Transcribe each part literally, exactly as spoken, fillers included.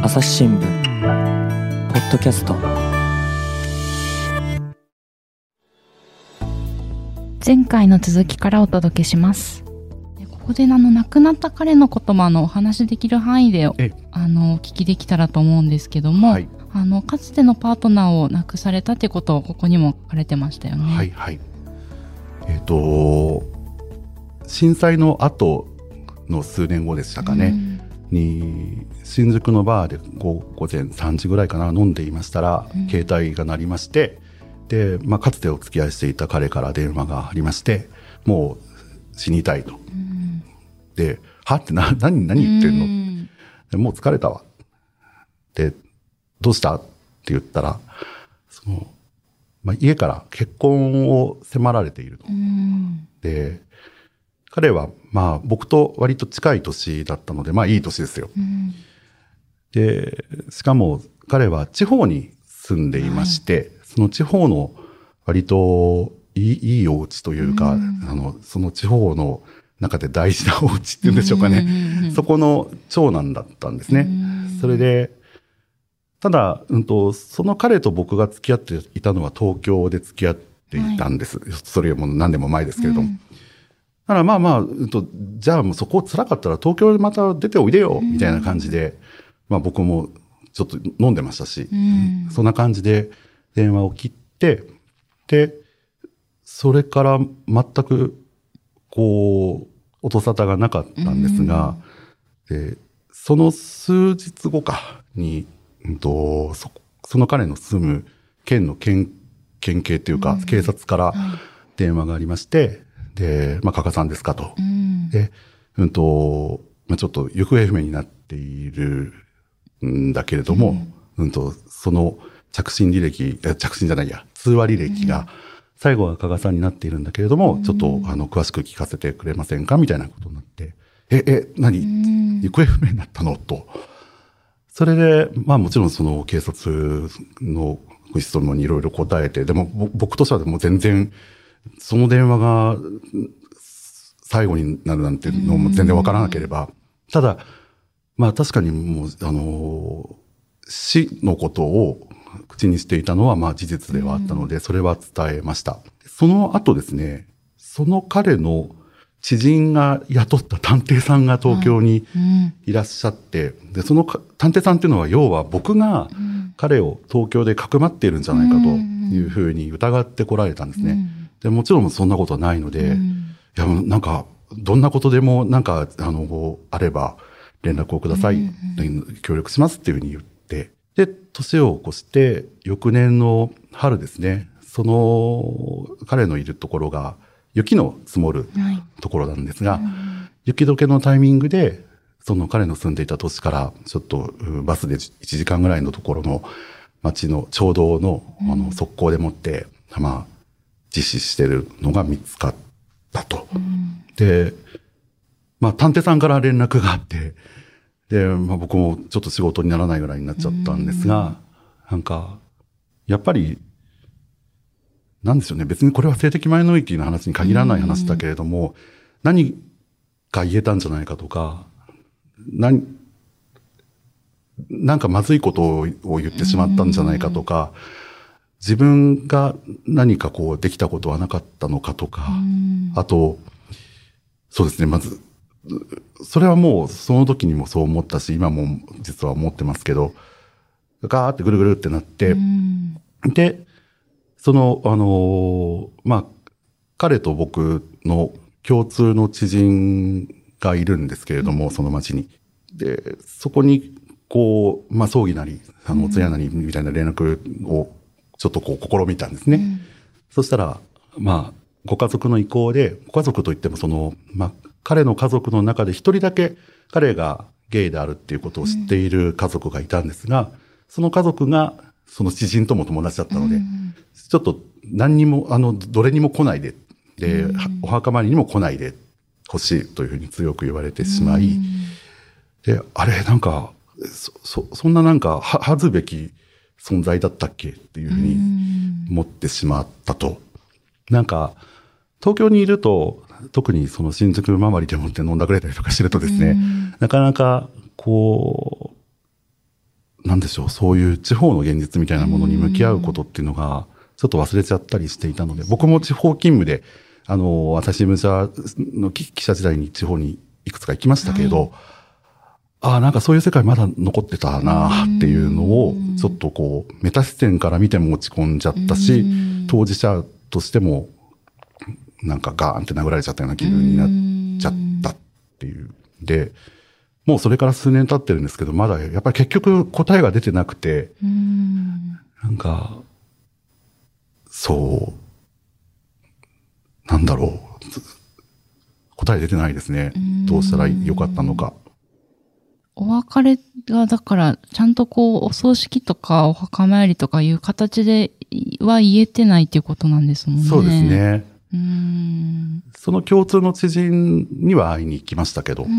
朝日新聞ポッドキャスト。 前回の続きからお届けします。ここであの亡くなった彼の言葉のお話できる範囲であのお聞きできたらと思うんですけども、はい、あのかつてのパートナーを亡くされたということをここにも書かれてましたよね。 はいはい。えっと震災の後の数年後でしたかね、うん、に新宿のバーで午前さんじぐらいかな飲んでいましたら、うん、携帯が鳴りまして、で、まあ、かつてお付き合いしていた彼から電話がありまして、もう死にたいと、うん、ではってな何何言ってんの、うん、でもう疲れたわでどうしたって言ったら、その、まあ、家から結婚を迫られていると、うん、で彼はまあ僕と割と近い年だったので、まあいい年ですよ、うん、でしかも彼は地方に住んでいまして、はい、その地方の割といい、いいお家というか、うん、あのその地方の中で大事なお家っていうんでしょうかね、うん、そこの長男だったんですね、うん、それでただ、うんと、その彼と僕が付き合っていたのは東京で付き合っていたんです、はい、それも何年も前ですけれども、うん、だからまあまあ、うんと、じゃあもうそこ辛かったら東京でまた出ておいでよみたいな感じで、うん、まあ僕もちょっと飲んでましたし、うん、そんな感じで電話を切って、でそれから全くこう音沙汰がなかったんですが、うん、でその数日後かに、うんと、そ, その彼の住む県の県県警というか、うん、警察から電話がありまして、で、まあ、加賀さんですかと。うん、で、うんと、まあ、ちょっと行方不明になっているんだけれども、うん、うんと、その着信履歴、着信じゃないや、通話履歴が、最後は加賀さんになっているんだけれども、うん、ちょっと、あの、詳しく聞かせてくれませんかみたいなことになって、え、え、何、うん、行方不明になったのと。それで、まあもちろんその警察の質問にいろいろ答えて、でも僕としてはもう全然、その電話が最後になるなんていうのも全然わからなければ、ただ、まあ確かにもう、あの、死のことを口にしていたのはまあ事実ではあったので、それは伝えました。その後ですね、その彼の知人が雇った探偵さんが東京にいらっしゃって、うん、でその探偵さんっていうのは要は僕が彼を東京でかくまっているんじゃないかというふうに疑ってこられたんですね、うん、でもちろんそんなことはないので、うん、いやなんかどんなことでもなんかあのあれば連絡をください、うん、協力しますっていうふうに言って、で年を越して翌年の春ですね、その彼のいるところが雪の積もるところなんですが、はい、うん、雪解けのタイミングで、その彼の住んでいた都市からちょっとバスでいちじかんぐらいのところの町の町道の、あの側溝でもって、うん、まあ、実施しているのが見つかったと。うん、で、まあ探偵さんから連絡があって、で、まあ僕もちょっと仕事にならないぐらいになっちゃったんですが、うん、なんか、やっぱり、なんですよね。別にこれは性的マイノリティの話に限らない話だけれども、何か言えたんじゃないかとか、何、なんかまずいことを言ってしまったんじゃないかとか、自分が何かこうできたことはなかったのかとか、あと、そうですね、まず、それはもうその時にもそう思ったし、今も実は思ってますけど、ガーってぐるぐるってなって、で、その、あの、まあ、彼と僕の共通の知人がいるんですけれども、うん、その町に。で、そこに、こう、まあ、葬儀なり、あの、お通夜なりみたいな連絡をちょっとこう試みたんですね。うん、そしたら、まあ、ご家族の意向で、ご家族といってもその、まあ、彼の家族の中で一人だけ彼がゲイであるっていうことを知っている家族がいたんですが、うん、その家族が、その知人とも友達だったので、うん、ちょっと何にも、あの、どれにも来ないで、で、うん、お墓参りにも来ないでほしいというふうに強く言われてしまい、うん、で、あれ、なんか、そ、そ、そんななんか、は、恥ずべき存在だったっけっていうふうに思ってしまったと。うん、なんか、東京にいると、特にその新宿周りでもって飲んだくれたりとかしてるとですね、うん、なかなか、こう、 なんでしょう、そういう地方の現実みたいなものに向き合うことっていうのが、ちょっと忘れちゃったりしていたので、僕も地方勤務で、あの、朝日新聞社の記者時代に地方にいくつか行きましたけれど、はい、ああ、なんかそういう世界まだ残ってたなっていうのを、ちょっとこう、メタ視点から見ても落ち込んじゃったし、当事者としても、なんかガーンって殴られちゃったような気分になっちゃったっていう。で、もうそれから数年経ってるんですけど、まだやっぱり結局答えが出てなくて、なんか、そう、なんだろう。答え出てないですね。どうしたらよかったのか。 お別れが、だから、ちゃんとこう、お葬式とかお墓参りとかいう形では言えてないっていうことなんですもんね。 そうですね。 うーん、 その共通の知人には会いに行きましたけど、うん、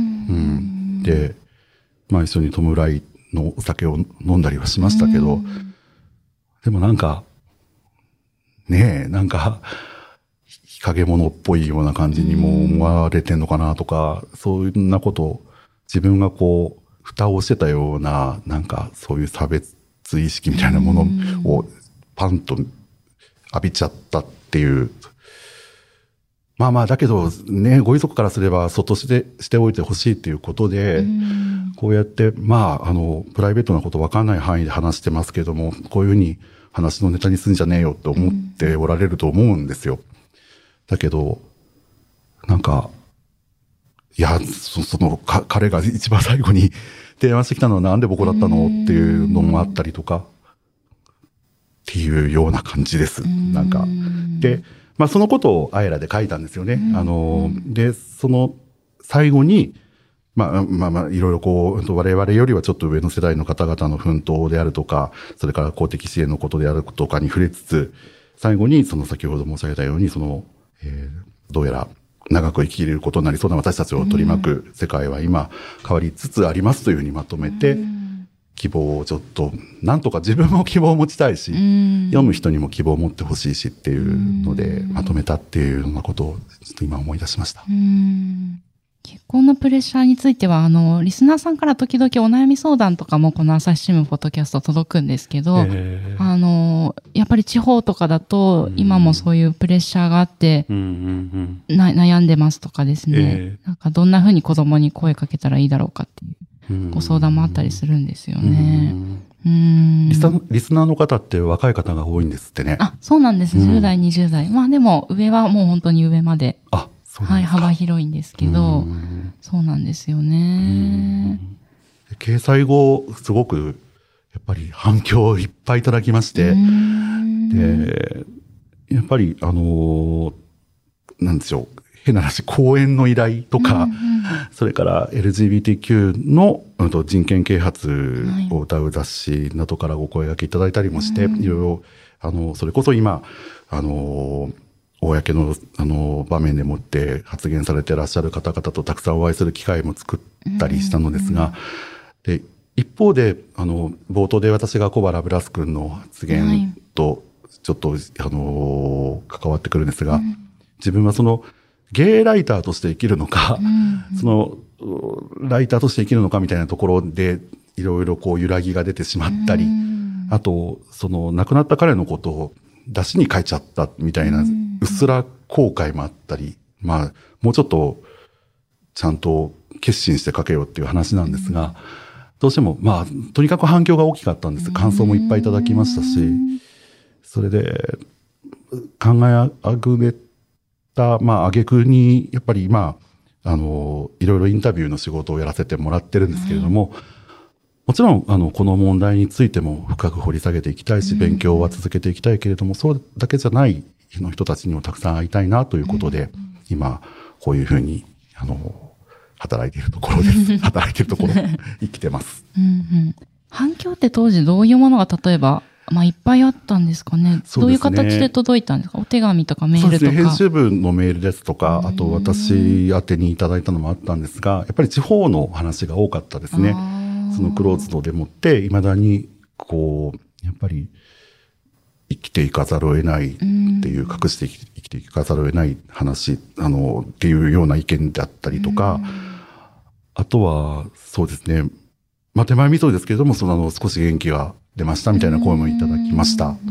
で、まあ一緒に弔いのお酒を飲んだりはしましたけど、でもなんか、ねえ、なんか、日陰者っぽいような感じにも思われてんのかなとか、そんなことを自分がこう、蓋をしてたような、なんかそういう差別意識みたいなものをパンと浴びちゃったっていう、まあまあ、だけどね、ご遺族からすれば、そっとして、しておいてほしいっていうことで、こうやって、まあ、あの、プライベートなことわかんない範囲で話してますけども、こういうふうに話のネタにすんじゃねえよって思っておられると思うんですよ。だけど、なんか、いや、そ, そのか、彼が一番最後に提案してきたのはなんで僕だったのっていうのもあったりとか、っていうような感じです。なんか。で、まあそのことをアイラで書いたんですよね。あの、で、その最後に、まあまあまあいろいろこう、我々よりはちょっと上の世代の方々の奮闘であるとか、それから公的支援のことであるとかに触れつつ、最後にその先ほど申し上げたように、その、えー、どうやら長く生きることになりそうな私たちを取り巻く世界は今変わりつつありますというふうにまとめて、希望をちょっと、なんとか自分も希望を持ちたいし、読む人にも希望を持ってほしいしっていうので、まとめたっていうようなことをちょっと今思い出しました。 うーん、結婚のプレッシャーについては、あの、リスナーさんから時々お悩み相談とかもこの朝日新聞ポッドキャスト届くんですけど、あの、やっぱり地方とかだと、今もそういうプレッシャーがあって、な悩んでますとかですね、なんかどんな風に子供に声かけたらいいだろうかっていう。ご相談もあったりするんですよね。うーん、 リスナー、リスナーの方って若い方が多いんですってね。 あ、そうなんです。じゅう代、にじゅう代。まあでも上はもう本当に上まで。 あ、そうなんですか。 はい、幅広いんですけど、そうなんですよね。 掲載後、すごくやっぱり反響をいっぱいいただきまして、で、やっぱりあの、なんでしょう。変な話、講演の依頼とか、うんうん、それから エルジービーティーキュー の、うん、と人権啓発を謳う雑誌などからご声掛けいただいたりもして、はい、いろいろ、あの、それこそ今、あの、公の、あの、場面でもって発言されていらっしゃる方々とたくさんお会いする機会も作ったりしたのですが、うんうん、で、一方で、あの、冒頭で私が小原ブラス君の発言と、ちょっと、はい、あの、関わってくるんですが、うん、自分はその、ゲイライターとして生きるのか、うんうん、その、ライターとして生きるのかみたいなところで、いろいろこう揺らぎが出てしまったり、うん、あと、その亡くなった彼のことを出しに書いちゃったみたいな、うっすら後悔もあったり、まあ、もうちょっと、ちゃんと決心して書けよっていう話なんですが、うん、どうしても、まあ、とにかく反響が大きかったんです。感想もいっぱいいただきましたし、それで、考えあぐねまあ、挙句に、やっぱり今、あの、いろいろインタビューの仕事をやらせてもらってるんですけれども、うん、もちろん、あの、この問題についても深く掘り下げていきたいし、勉強は続けていきたいけれども、そうだけじゃないの人たちにもたくさん会いたいなということで、うん、今、こういうふうに、あの、働いているところです。働いているところ、生きてます。 うんうん、反響って当時どういうものが例えば、まあ、いっぱいあったんですかね。ね、どういう形で届いたんですか？お手紙とかメールとか。そうですね。編集部のメールですとか、あと私宛てにいただいたのもあったんですが、やっぱり地方の話が多かったですね。そのクローズドでもって、未だに、こう、やっぱり、生きていかざるを得ないっていう、隠して生きていかざるを得ない話、あの、っていうような意見であったりとか、あとは、そうですね、 まあ、手前味噌ですけれども、そのあの少し元気が出ましたみたいな声もいただきました。うん。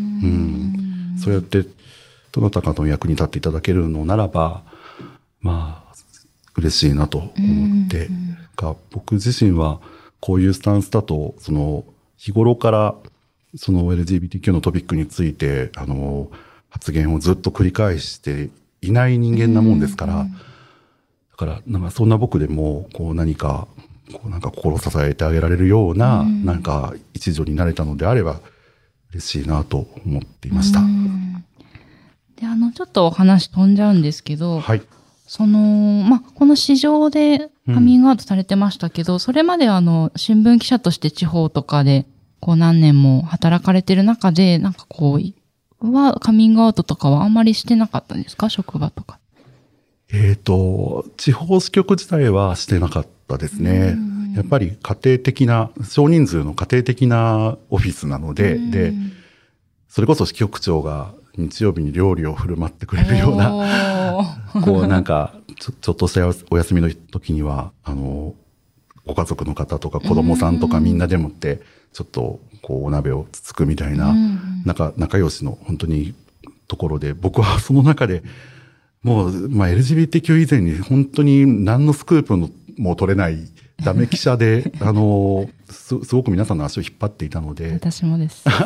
そうやってどなたかの役に立っていただけるのならば、まあ嬉しいなと思って、が僕自身はこういうスタンスだと、その日頃からその エルジービーティーキュー のトピックについてあの発言をずっと繰り返していない人間なもんですから、だからなんかそんな僕でもこう何かこうなんか心を支えてあげられるような、なんか一助になれたのであれば嬉しいなと思っていました。 で、あのちょっとお話飛んじゃうんですけど、 はい。 そのまあこの市場でカミングアウトされてましたけど、うん、それまであの新聞記者として地方とかでこう何年も働かれてる中で、なんかこうはカミングアウトとかはあんまりしてなかったんですか、職場とか。 えっと地方支局自体はしてなかったですね。やっぱり家庭的な少人数の家庭的なオフィスなので、でそれこそ支局長が日曜日に料理を振る舞ってくれるようなこうなんかちょ、ちょっとしたお休みの時にはあのご家族の方とか子供さんとかみんなでもってちょっとこうお鍋をつつくみたいな、仲仲良しの本当にところで、僕はその中でもう、まあ、エルジービーティーキュー 以前に本当に何のスクープも取れないダメ記者であのす, すごく皆さんの足を引っ張っていたので。 私もですだ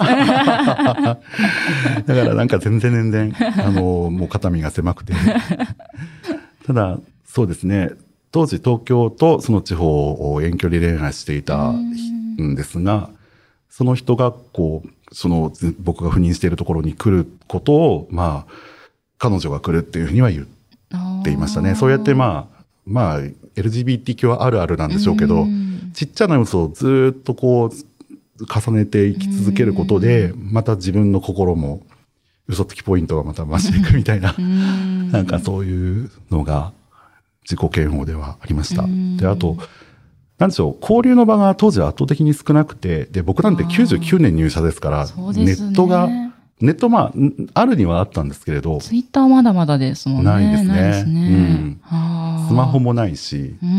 からなんか全然全然あのもう肩身が狭くてただそうですね、当時東京とその地方を遠距離恋愛していたんですが、その人がこうその僕が赴任しているところに来ることをまあ彼女が来るっていうふうには言っていましたね。そうやってまあまあ エルジービーティーキュー はあるあるなんでしょうけど、ちっちゃな嘘をずっとこう重ねていき続けることで、また自分の心も嘘つきポイントがまた増していくみたいな、なんかそういうのが自己嫌悪ではありました。で、あと、なんでしょう、交流の場が当時は圧倒的に少なくて、で、僕なんてきゅうじゅうきゅうねん入社ですから、ネットが、ネットまあ、あるにはあったんですけれど。 ツイッターまだまだですもんね。 ないですね。 ないですね。うん、 スマホもないし、 うんうん、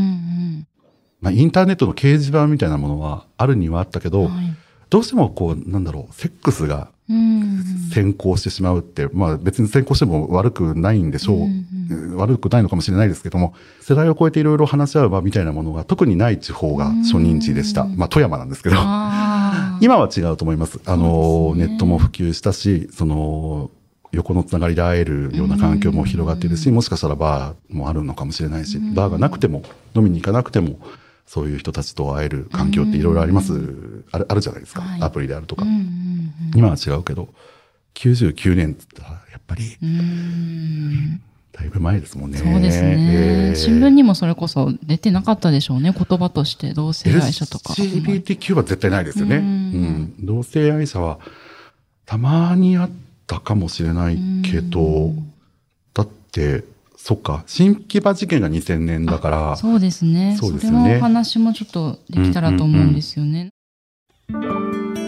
まあ、インターネットの掲示板みたいなものはあるにはあったけど、はい、どうしてもこう、なんだろう、セックスが先行してしまうって、まあ別に先行しても悪くないんでしょう、うんうん、悪くないのかもしれないですけども、世代を超えていろいろ話し合う場みたいなものが特にない地方が初任地でした。うん、まあ富山なんですけど、今は違うと思います。あの、ね、ネットも普及したし、その、横のつながりで会えるような環境も広がっているし、もしかしたらバーもあるのかもしれないし、バーがなくても、飲みに行かなくても、そういう人たちと会える環境っていろいろあります、ある、あるじゃないですか。はい、アプリであるとか。今は違うけど、きゅうじゅうきゅうねんって言ったら、やっぱり、だいぶ前ですもんね。 そうですね、えー。新聞にもそれこそ出てなかったでしょうね。言葉として同性愛者とか。 エルジービーティーキュー は絶対ないですよね。うん、同性愛者はたまにあったかもしれないけど、だって、そっか、新木場事件がにせんねんだから。 そうですね。そうですよね。それのお話もちょっとできたらと思うんですよね。うんうん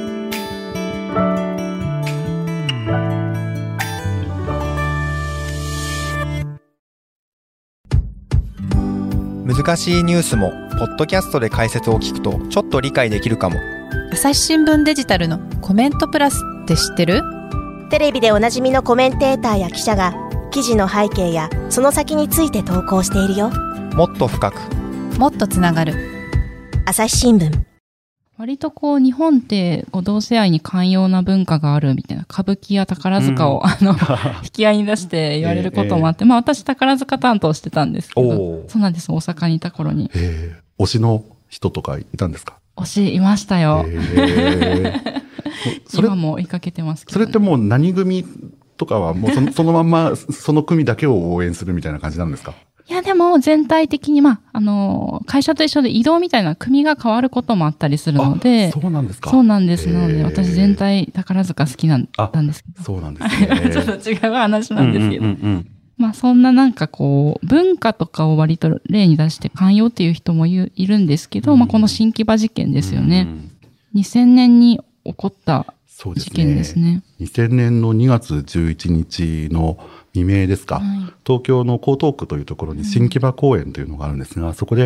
うん、難しいニュースもポッドキャストで解説を聞くとちょっと理解できるかも。 朝日新聞デジタルのコメントプラスって知ってる？ テレビでおなじみのコメンテーターや記者が記事の背景やその先について投稿しているよ。 もっと深く、 もっとつながる。 朝日新聞。 割とこう日本ってこう同性愛に寛容な文化があるみたいな、歌舞伎や宝塚を、うん、あの引き合いに出して言われることもあって、えー、まあ私宝塚担当してたんですけど、そうなんです、大阪にいた頃に。 えー、推しの人とかいたんですか？ 推しいましたよ。えー、今も追いかけてますけど、ね、 それってもう何組とかはもう そ, そのまんまその組だけを応援するみたいな感じなんですか？ いやでも全体的にまああの会社と一緒で移動みたいな組が変わることもあったりするので。 そうなんですか？ そうなんです。なので私全体宝塚好きなんだったんですけど。 そうなんですね。 ちょっと違う話なんですけど、うんうんうんうん、まあそんななんかこう文化とかを割と例に出して寛容っていう人もいるんですけど、うん、まあこの新木場事件ですよね、うん、にせんねんに起こった事件ですね。 にせんねんのにがつじゅういちにちの未明ですか、はい、東京の江東区というところに新木場公園というのがあるんですが、そこで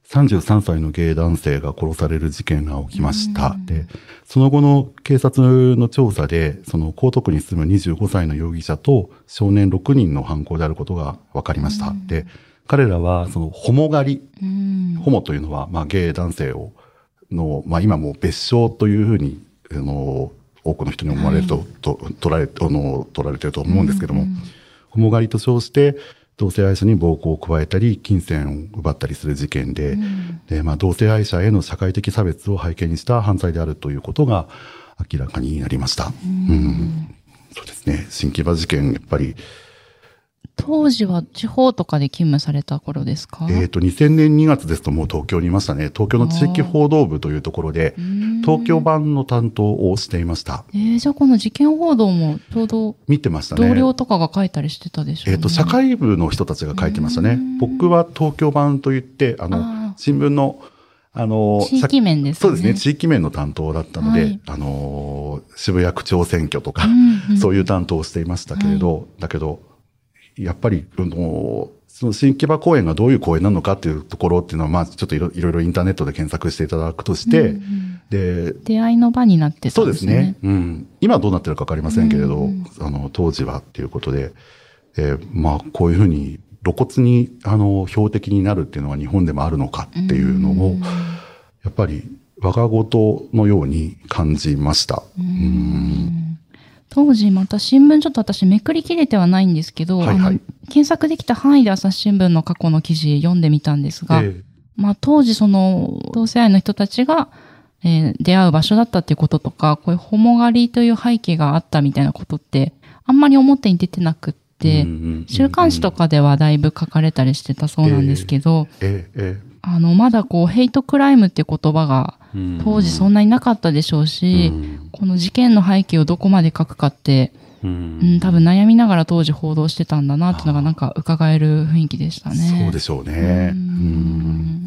さんじゅうさんさいのゲイ男性が殺される事件が起きました。で、その後の警察の調査で、その江東区に住むにじゅうごさいの容疑者と少年ろくにんの犯行であることが分かりました。で、彼らはそのホモ狩り、ホモというのはまあゲイ男性をの、まあ今もう別称というふうに、あの、多くの人に思われると、はい、と取られ、あの、取られていると思うんですけども、ホモ狩りと称して、同性愛者に暴行を加えたり、金銭を奪ったりする事件で、うん、で、まあ、同性愛者への社会的差別を背景にした犯罪であるということが明らかになりました。うんうん、そうですね。新木場事件、やっぱり。 当時は地方とかで勤務された頃ですか？ えっと、にせんねんにがつですともう東京にいましたね。東京の地域報道部というところで、東京版の担当をしていました。 えー、じゃあこの事件報道もちょうど見てましたね。 同僚とかが書いたりしてたでしょうね。 えっと、社会部の人たちが書いてましたね。僕は東京版といって、あの、あ新聞の、あの、 地域面ですね。 そうですね。地域面の担当だったので、はい、あの、渋谷区長選挙とか、うんうん、そういう担当をしていましたけれど、はい、だけど、やっぱり、あの、その新木場公園がどういう公園なのかっていうところっていうのは、まあ、ちょっといろいろインターネットで検索していただくとして、うんうん、で、 出会いの場になってたんですね。 そうですね。うん。今はどうなってるかわかりませんけれど、うん、あの、当時はっていうことで、えー、まあ、こういうふうに露骨に、あの、標的になるっていうのは日本でもあるのかっていうのを、うん、やっぱり我が事のように感じました。うんうん当時また新聞ちょっと私めくりきれてはないんですけど、はいはい、あの検索できた範囲で朝日新聞の過去の記事読んでみたんですが、えー、まあ当時その同性愛の人たちが、えー、出会う場所だったっていうこととか、こういうホモ狩りという背景があったみたいなことってあんまり表に出てなくって、うんうんうんうん、週刊誌とかではだいぶ書かれたりしてたそうなんですけど、えーえーえー、あのまだこうヘイトクライムっていう言葉が当時そんなになかったでしょうし、うん、この事件の背景をどこまで書くかって、うんうん、多分悩みながら当時報道してたんだなっていうのがなんか伺える雰囲気でしたね。 そうでしょうね。うん、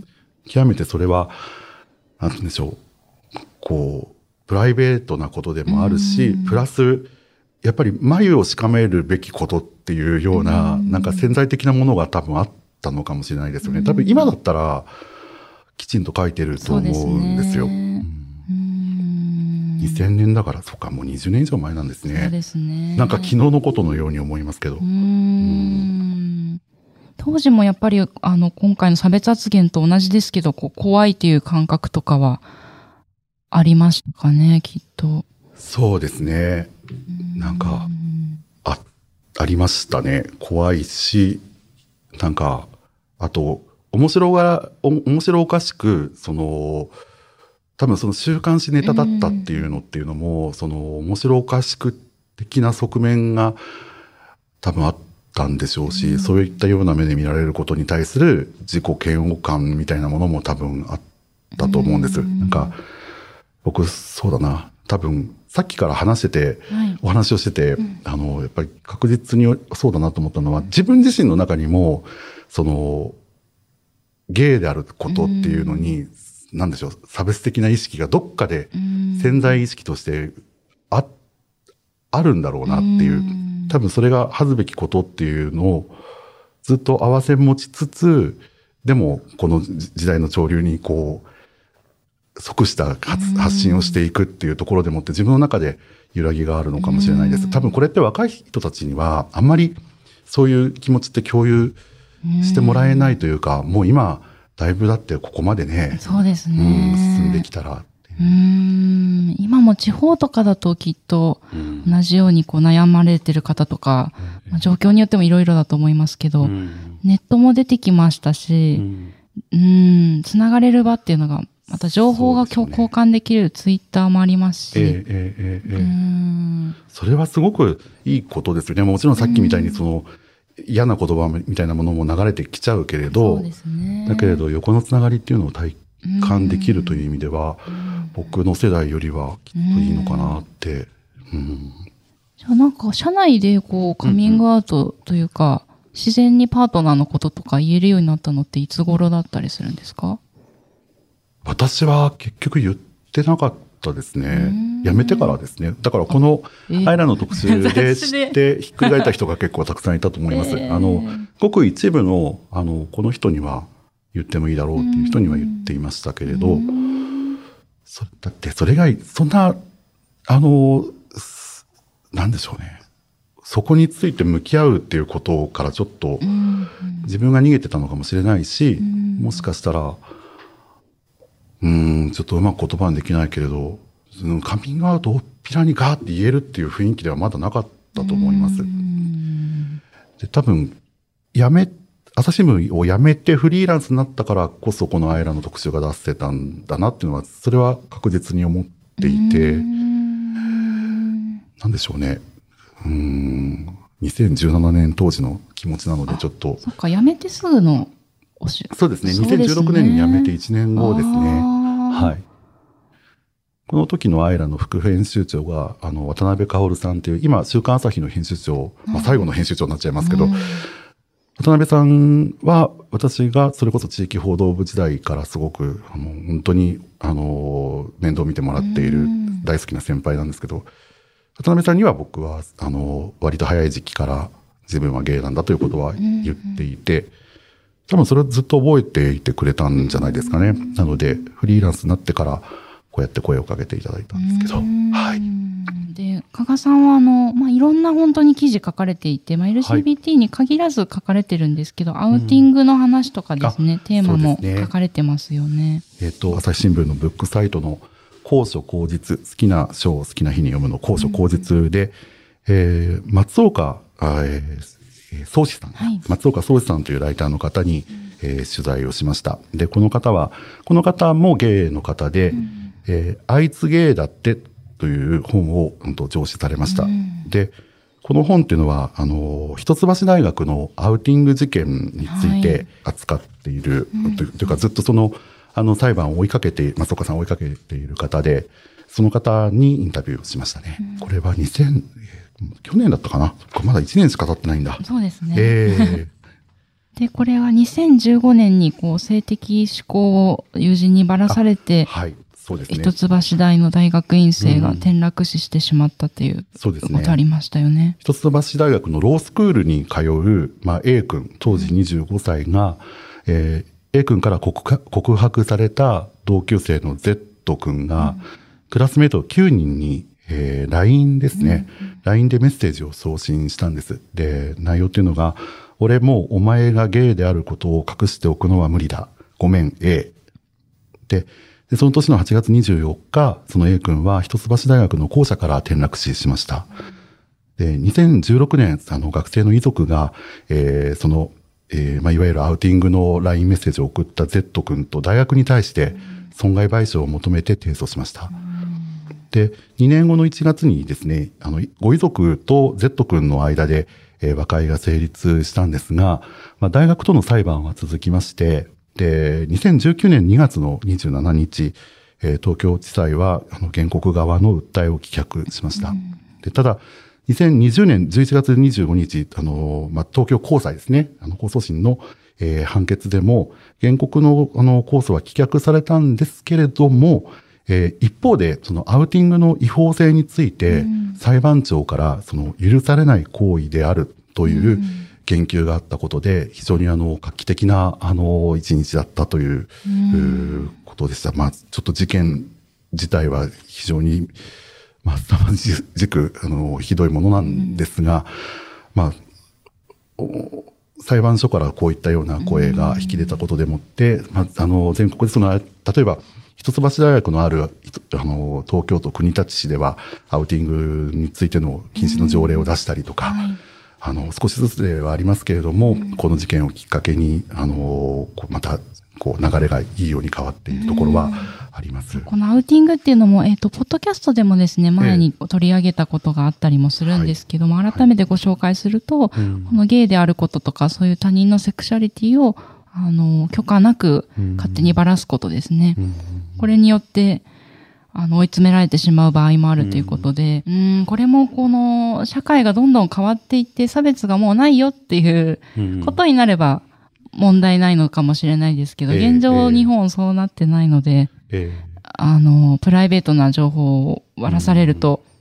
極めてそれは、なんて言うんでしょう。こう、プライベートなことでもあるし、プラス、やっぱり眉をしかめるべきことっていうような、なんか潜在的なものが多分あったのかもしれないですよね。多分今だったら、きちんと書いてると思うんですよ。にせんねんだから、そっか、もうにじゅうねん以上前なんですね。 そうですね。 なんか昨日のことのように思いますけど。うーん当時もやっぱり、あの、今回の差別発言と同じですけど、こう怖いという感覚とかはありましたかね、きっと。 そうですね。なんか、あ、ありましたね。怖いし、なんか、あと、面白が、面白おかしく、その、多分その週刊誌ネタだったっていうのっていうのも、その面白おかしく的な側面が多分あったんでしょうし、そういったような目で見られることに対する自己嫌悪感みたいなものも多分あったと思うんです。なんか、僕、そうだな、多分、さっきから話してて、はい、お話をしてて、うん、あの、やっぱり確実にそうだなと思ったのは、自分自身の中にも、その、ゲイであることっていうのに、なんでしょう、差別的な意識がどっかで潜在意識としてあ、あるんだろうなっていう、多分それが恥ずべきことっていうのをずっと合わせ持ちつつ、でもこの時代の潮流にこう、即した発信をしていくっていうところでもって自分の中で揺らぎがあるのかもしれないです。多分これって若い人たちにはあんまりそういう気持ちって共有してもらえないというか、もう今、だいぶだってここまでね。 そうですね。 うん、進んできたら。 うーん今も地方とかだときっと同じようにこう悩まれてる方とか、うんまあ、状況によってもいろいろだと思いますけど、うん、ネットも出てきましたし、うん、うーんつながれる場っていうのが、また情報が交換できるツイッターもありますし。えーえーえーえー、うんそれはすごくいいことですよね。もちろんさっきみたいにその、うん嫌な言葉みたいなものも流れてきちゃうけれど、そうですね、だけれど横のつながりっていうのを体感できるという意味では、僕の世代よりはきっといいのかなって。うん、 じゃあなんか社内でこうカミングアウトというか、うんうん、自然にパートナーのこととか言えるようになったのっていつ頃だったりするんですか？ 私は結局言ってなかったですね。辞めてからですね。だからこのアイラの特集で知ってひっくり返った人が結構たくさんいたと思います。えー、あの、ごく一部の、あの、この人には言ってもいいだろうっていう人には言っていましたけれど、そだってそれがそんなあのなんでしょうね、そこについて向き合うっていうことからちょっと自分が逃げてたのかもしれないし、もしかしたらうーんちょっとうまく言葉にできないけれど、カミングアウトをっぴらにガーって言えるっていう雰囲気ではまだなかったと思います。で多分やめ朝日新聞を辞めてフリーランスになったからこそこのアイラの特集が出せたんだなっていうのは、それは確実に思っていて、なんでしょうね、うーんにせんじゅうななねん当時の気持ちなのでちょっと。 そっか、辞めてすぐのおしそうですね、にせんじゅうろくねんに辞めていちねんごですね。はい。この時のアイラの副編集長があの渡辺薫さんという、今週刊朝日の編集長、まあ、最後の編集長になっちゃいますけど、うん、渡辺さんは私がそれこそ地域報道部時代からすごくあの本当にあの面倒見てもらっている大好きな先輩なんですけど、渡辺さんには僕はあの割と早い時期から自分はゲイなんだということは言っていて、多分それをずっと覚えていてくれたんじゃないですかね。なのでフリーランスになってからこうやって声をかけていただいたんですけど、はい。 で、加賀さんはあの、まあ、いろんな本当に記事書かれていて、まあ、エルシービーティー に限らず書かれてるんですけど、はい、アウティングの話とかですね、うん、テーマも書かれてますよね。 えっと、朝日新聞のブックサイトの高所高実、好きな章を好きな日に読むの高所高実で、うん、えー、松岡、えー、宗志さん、はい、松岡宗志さんというライターの方に、うん、えー、取材をしました。で、この方は、この方もゲイの方で、うん、えー、あいつゲイだってという本を、うん、と上梓されました。うん、で、この本っていうのは、あの、一橋大学のアウティング事件について扱っている、はい、というかずっとその、あの裁判を追いかけて、松岡さんを追いかけている方で、その方にインタビューをしましたね。うん、これはにせん、去年だったかな？まだいちねんしか経ってないんだ。 そうですね。 えー、で、これはにせんじゅうごねんにこう性的指向を友人にばらされて、 はい。そうですね、 一橋大の大学院生が転落死してしまったっていうことありましたよね。 一橋大学のロースクールに通う、まあ、A 君、当時にじゅうごさいが、えー、A 君から告告白された同級生の Z 君が、うん、クラスメートきゅうにんに、えー、ライン ですね、うん、ライン でメッセージを送信したんです。で、内容っていうのが、俺もお前がゲイであることを隠しておくのは無理だ。ごめん、A。で、で、その年のはちがつにじゅうよっか、その A 君は一橋大学の校舎から転落死しました。で、にせんじゅうろくねん、あの、学生の遺族が、えー、その、えー、まあ、いわゆるアウティングの ライン メッセージを送った Z 君と大学に対して損害賠償を求めて提訴しました。で、にねんごのいちがつにですね、あの、ご遺族と Z 君の間で、えー、和解が成立したんですが、まあ、大学との裁判は続きまして、で、にせんじゅうきゅうねんにがつのにじゅうしちにち、えー、東京地裁は、あの、原告側の訴えを棄却しました。うん、で、ただ、にせんにじゅうねんじゅういちがつにじゅうごにち、あの、まあ、東京高裁ですね、あの、控訴審の、えー、判決でも、原告の、あの、控訴は棄却されたんですけれども、えー、一方で、そのアウティングの違法性について、うん、裁判長から、その、許されない行為であるという、うん、研究があったことで、非常にあの、画期的な、あの、一日だったという、うん、ことでした。まあ、ちょっと事件自体は非常に、まあ、凄まじく、あの、ひどいものなんですが、うん、まあ、裁判所からこういったような声が引き出たことでもって、うん、まあ、あの、全国でその、例えば、一橋大学のある、あの、東京都国立市では、アウティングについての禁止の条例を出したりとか、うん、はい、あの、少しずつではありますけれども、うん、この事件をきっかけに、あの、また、こう、流れがいいように変わっているところはあります。 このアウティングっていうのも、えっと、ポッドキャストでもですね、前に取り上げたことがあったりもするんですけども、はい、改めてご紹介すると、はい、このゲイであることとか、そういう他人のセクシャリティを、あの、許可なく勝手にばらすことですね。うん、これによって、あの、追い詰められてしまう場合もあるということで、うん、うんこれもこの、社会がどんどん変わっていって、差別がもうないよっていうことになれば、問題ないのかもしれないですけど、うん、現状、えー、日本そうなってないので、えー、あの、プライベートな情報を割らされると、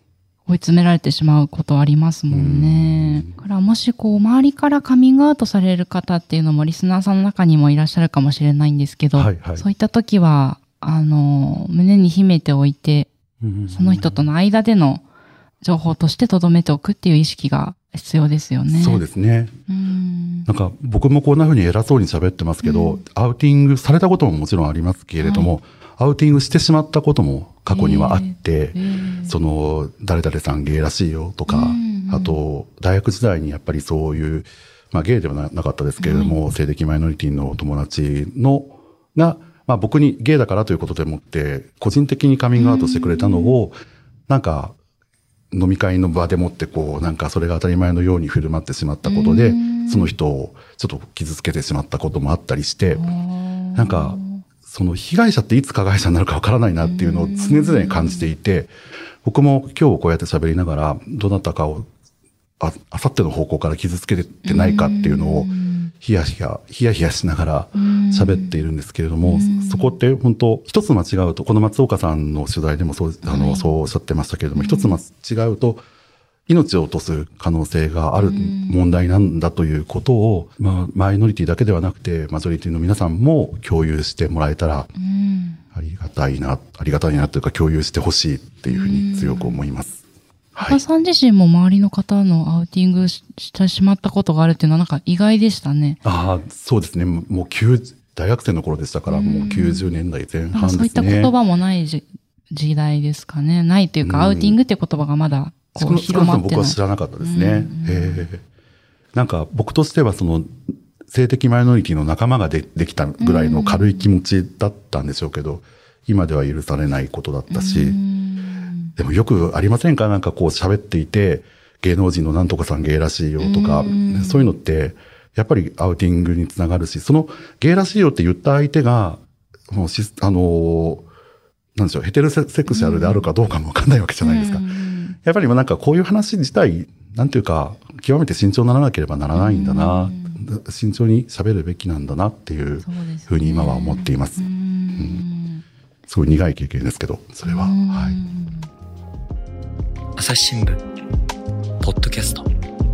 追い詰められてしまうことありますもんね。だからもしこう周りからカミングアウトされる方っていうのもリスナーさんの中にもいらっしゃるかもしれないんですけど、はいはい、そういった時はあの胸に秘めておいて、その人との間での情報として留めておくっていう意識が必要ですよね。 そうですね。うんなんか僕もこんな風に偉そうに喋ってますけど、うん、アウティングされたことももちろんありますけれども、はい、アウティングしてしまったことも過去にはあって、えーえー、その誰々さんゲイらしいよとか、うんうん、あと大学時代にやっぱりそういう、まあゲイではなかったですけれども、はい、性的マイノリティの友達のが、まあ僕にゲイだからということでもって個人的にカミングアウトしてくれたのを、うん、なんか飲み会の場でもってこうなんかそれが当たり前のように振る舞ってしまったことで、その人をちょっと傷つけてしまったこともあったりして、なんかその被害者っていつ加害者になるかわからないなっていうのを常々感じていて、僕も今日こうやって喋りながらどなたかをあ、あさっての方向から傷つけてないかっていうのをヒヤヒヤ、ヒヤヒヤしながら喋っているんですけれども、そこって本当一つ間違うと、この松岡さんの取材でもそう、あの、そうおっしゃってましたけれども、一つ間違うと命を落とす可能性がある問題なんだということを、まあ、マイノリティだけではなくて、マジョリティの皆さんも共有してもらえたら、ありがたいな、ありがたいなというか共有してほしいっていうふうに強く思います。 羽賀さん自身も周りの方のアウティングしてしまったことがあるっていうのはなんか意外でしたね。 ああ、そうですね。もう大学生の頃でしたから、もうきゅうじゅうねんだいぜん半ですね。 そういった言葉もない時代ですかね。ないというか、うん、アウティングって言葉がまだこう広まってない。 僕は知らなかったですね。うん、えー、なんか僕としてはその性的マイノリティの仲間が で, できたぐらいの軽い気持ちだったんでしょうけど、うん、今では許されないことだったし、うんでもよくありませんか？なんかこう喋っていて、芸能人のなんとかさんゲイらしいよとか、うそういうのって、やっぱりアウティングにつながるし、そのゲイらしいよって言った相手が、もうしあの、なんでしょう、ヘテロセクシャルであるかどうかもわかんないわけじゃないですか。やっぱりなんかこういう話自体、なんていうか、極めて慎重にならなければならないんだな、慎重に喋るべきなんだなっていうふうに今は思っています。うん、すごい苦い経験ですけど、それは。はい。 朝日新聞ポッドキャスト。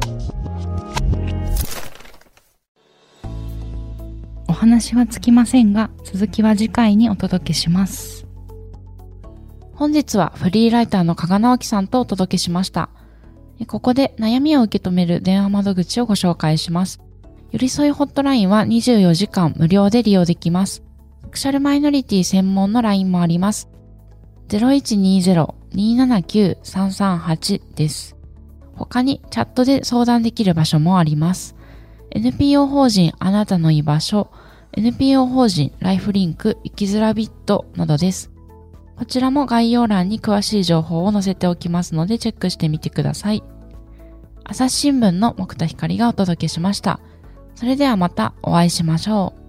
お話はつきませんが、続きは次回にお届けします。本日はフリーライターの加賀直樹さんとお届けしました。ここで悩みを受け止める電話窓口をご紹介します。寄り添いホットラインはにじゅうよじかん無料で利用できます。セクシャルマイノリティ専門の ライン もあります。ゼロいちにゼロ にーななきゅう さんさんはち です。他にチャットで相談できる場所もあります。エヌピーオー 法人あなたの居場所、エヌピーオー 法人ライフリンク生きづらビットなどです。こちらも概要欄に詳しい情報を載せておきますのでチェックしてみてください。朝日新聞の木田光がお届けしました。それではまたお会いしましょう。